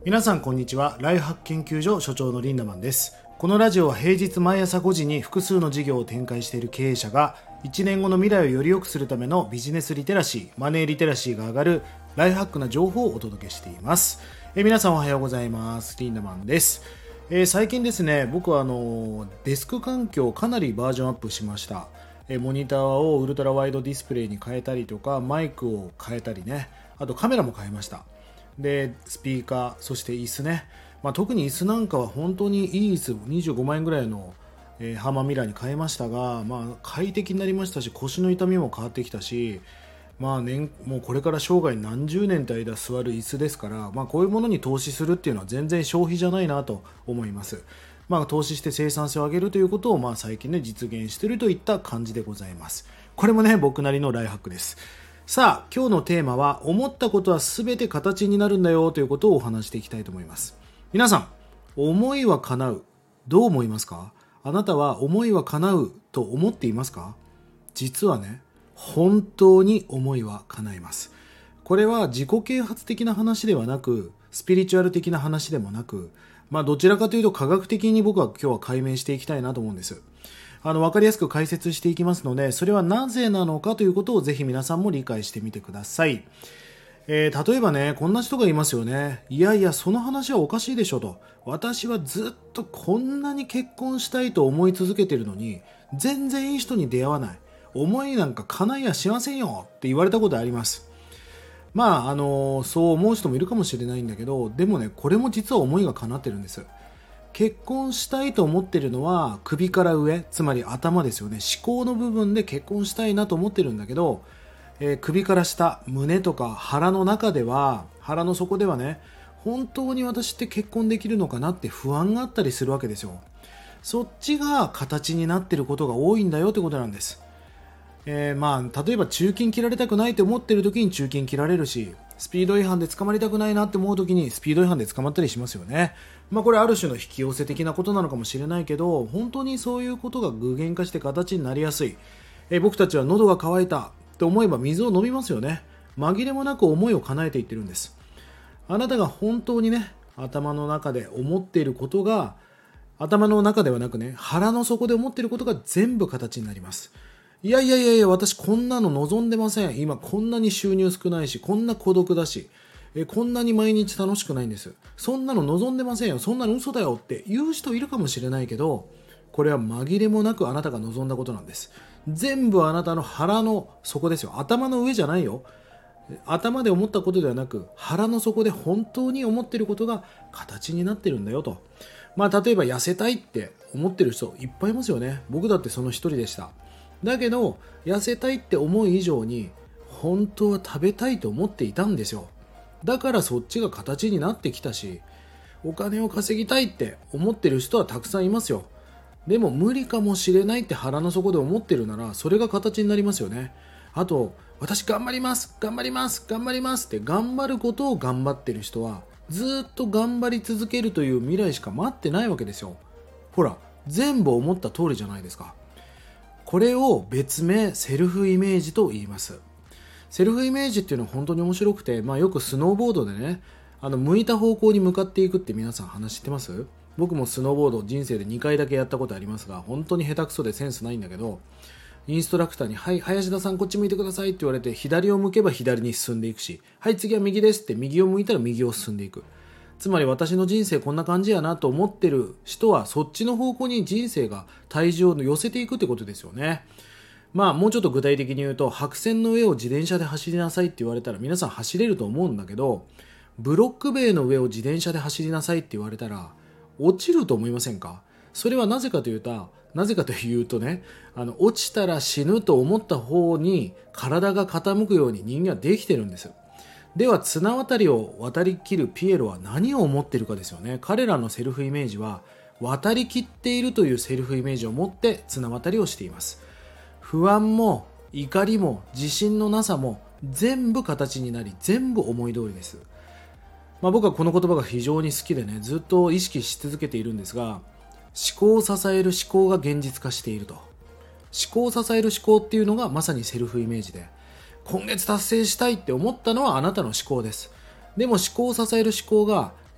皆さんこんにちは。ライフハック研究所所長のリンダマンです。このラジオは平日毎朝5時に複数の事業を展開している経営者が1年後の未来をより良くするためのビジネスリテラシー、マネーリテラシーが上がるライフハックな情報をお届けしています。皆さんおはようございます。リンダマンです。最近ですね、僕はデスク環境をかなりバージョンアップしました。モニターをウルトラワイドディスプレイに変えたりとか、マイクを変えたりね、あとカメラも変えました。でスピーカー、そして椅子ね、特に椅子なんかは本当にいい椅子、25万円ぐらいの、ハーマーミラーに変えましたが、快適になりましたし、腰の痛みも変わってきたし、もうこれから生涯何十年と間座る椅子ですから、こういうものに投資するっていうのは全然消費じゃないなと思います。投資して生産性を上げるということを最近ね実現しているといった感じでございます。これもね僕なりのライフハックです。さあ今日のテーマは思ったことは全て形になるんだよということをお話していきたいと思います。皆さん、思いは叶う、どう思いますか？あなたは思いは叶うと思っていますか？実はね、本当に思いは叶います。これは自己啓発的な話ではなく、スピリチュアル的な話でもなく、どちらかというと科学的に僕は今日は解明していきたいなと思うんです。わかりやすく解説していきますので、それはなぜなのかということをぜひ皆さんも理解してみてください。例えばね、こんな人がいますよね。いやいや、その話はおかしいでしょと。私はずっとこんなに結婚したいと思い続けてるのに、全然いい人に出会わない。思いなんか叶いやしませんよって言われたことあります。そう思う人もいるかもしれないんだけど、でもね、これも実は思いが叶ってるんです。結婚したいと思ってるのは首から上、つまり頭ですよね。思考の部分で結婚したいなと思ってるんだけど、首から下、胸とか腹の中では、腹の底ではね、本当に私って結婚できるのかなって不安があったりするわけですよ。そっちが形になってることが多いんだよってことなんです。例えば中金切られたくないと思ってる時に中金切られるし、スピード違反で捕まりたくないなって思う時にスピード違反で捕まったりしますよね。これある種の引き寄せ的なことなのかもしれないけど、本当にそういうことが具現化して形になりやすい。僕たちは喉が渇いたと思えば水を飲みますよね。紛れもなく思いを叶えていってるんです。あなたが本当にね、頭の中で思っていることが、頭の中ではなくね、腹の底で思っていることが全部形になります。いや、私こんなの望んでません。今こんなに収入少ないし、こんな孤独だし、こんなに毎日楽しくないんです。そんなの望んでませんよ。そんなの嘘だよって言う人いるかもしれないけど、これは紛れもなくあなたが望んだことなんです。全部あなたの腹の底ですよ。頭の上じゃないよ。頭で思ったことではなく、腹の底で本当に思っていることが形になってるんだよと。例えば痩せたいって思ってる人いっぱいいますよね。僕だってその一人でした。だけど痩せたいって思う以上に本当は食べたいと思っていたんですよ。だからそっちが形になってきたし、お金を稼ぎたいって思ってる人はたくさんいますよ。でも無理かもしれないって腹の底で思ってるなら、それが形になりますよね。あと、私頑張りますって頑張ることを頑張ってる人はずっと頑張り続けるという未来しか待ってないわけですよ。ほら、全部思った通りじゃないですか。これを別名セルフイメージと言います。セルフイメージっていうのは本当に面白くて、よくスノーボードでね、向いた方向に向かっていくって皆さん話知ってます？僕もスノーボード人生で2回だけやったことありますが、本当に下手くそでセンスないんだけど、インストラクターに、はい、林田さんこっち向いてくださいって言われて、左を向けば左に進んでいくし、はい、次は右ですって右を向いたら右を進んでいく。つまり私の人生こんな感じやなと思ってる人は、そっちの方向に人生が体重を寄せていくってことですよね。もうちょっと具体的に言うと、白線の上を自転車で走りなさいって言われたら皆さん走れると思うんだけど、ブロック塀の上を自転車で走りなさいって言われたら落ちると思いませんか？それはなぜかというとね、落ちたら死ぬと思った方に体が傾くように人間はできてるんです。では綱渡りを渡りきるピエロは何を思っているかですよね。彼らのセルフイメージは渡りきっているというセルフイメージを持って綱渡りをしています。不安も怒りも自信のなさも全部形になり、全部思い通りです。僕はこの言葉が非常に好きでね、ずっと意識し続けているんですが、思考を支える思考が現実化していると。思考を支える思考っていうのがまさにセルフイメージで、今月達成したいって思ったのはあなたの思考です。でも思考を支える思考が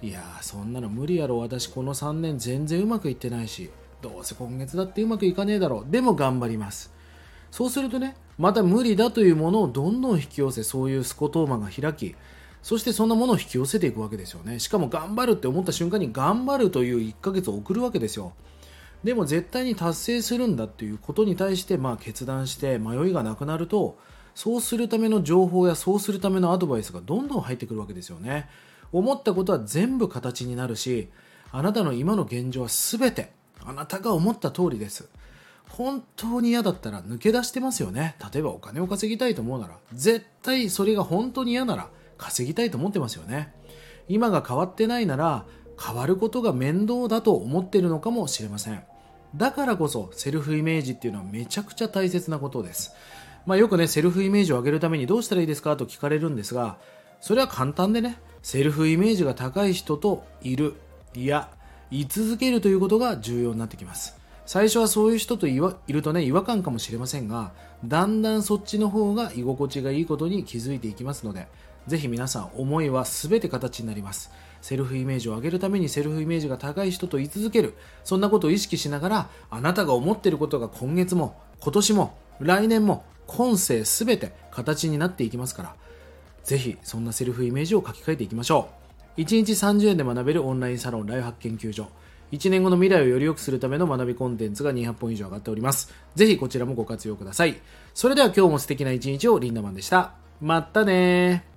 いやーそんなの無理やろ、私この3年全然うまくいってないし、どうせ今月だってうまくいかねえだろう、でも頑張ります。そうするとね、また無理だというものをどんどん引き寄せ、そういうスコトーマが開き、そしてそんなものを引き寄せていくわけですよね。しかも頑張るって思った瞬間に頑張るという1ヶ月を送るわけですよ。でも絶対に達成するんだっていうことに対して決断して迷いがなくなると、そうするための情報やそうするためのアドバイスがどんどん入ってくるわけですよね。思ったことは全部形になるし、あなたの今の現状は全てあなたが思った通りです。本当に嫌だったら抜け出してますよね。例えばお金を稼ぎたいと思うなら、絶対それが本当に嫌なら稼ぎたいと思ってますよね。今が変わってないなら変わることが面倒だと思っているのかもしれません。だからこそセルフイメージっていうのはめちゃくちゃ大切なことです。よくね、セルフイメージを上げるためにどうしたらいいですかと聞かれるんですが、それは簡単でね、セルフイメージが高い人といる、いや、居続けるということが重要になってきます。最初はそういう人といるとね、違和感かもしれませんが、だんだんそっちの方が居心地がいいことに気づいていきますので、ぜひ皆さん思いは全て形になります。セルフイメージを上げるためにセルフイメージが高い人と居続ける、そんなことを意識しながら、あなたが思っていることが今月も今年も来年も今世全て形になっていきますから、ぜひそんなセルフイメージを書き換えていきましょう。1日30円で学べるオンラインサロンライフハック研究所、1年後の未来をより良くするための学びコンテンツが200本以上上がっております。ぜひこちらもご活用ください。それでは今日も素敵な一日を、リンダマンでした。またねー。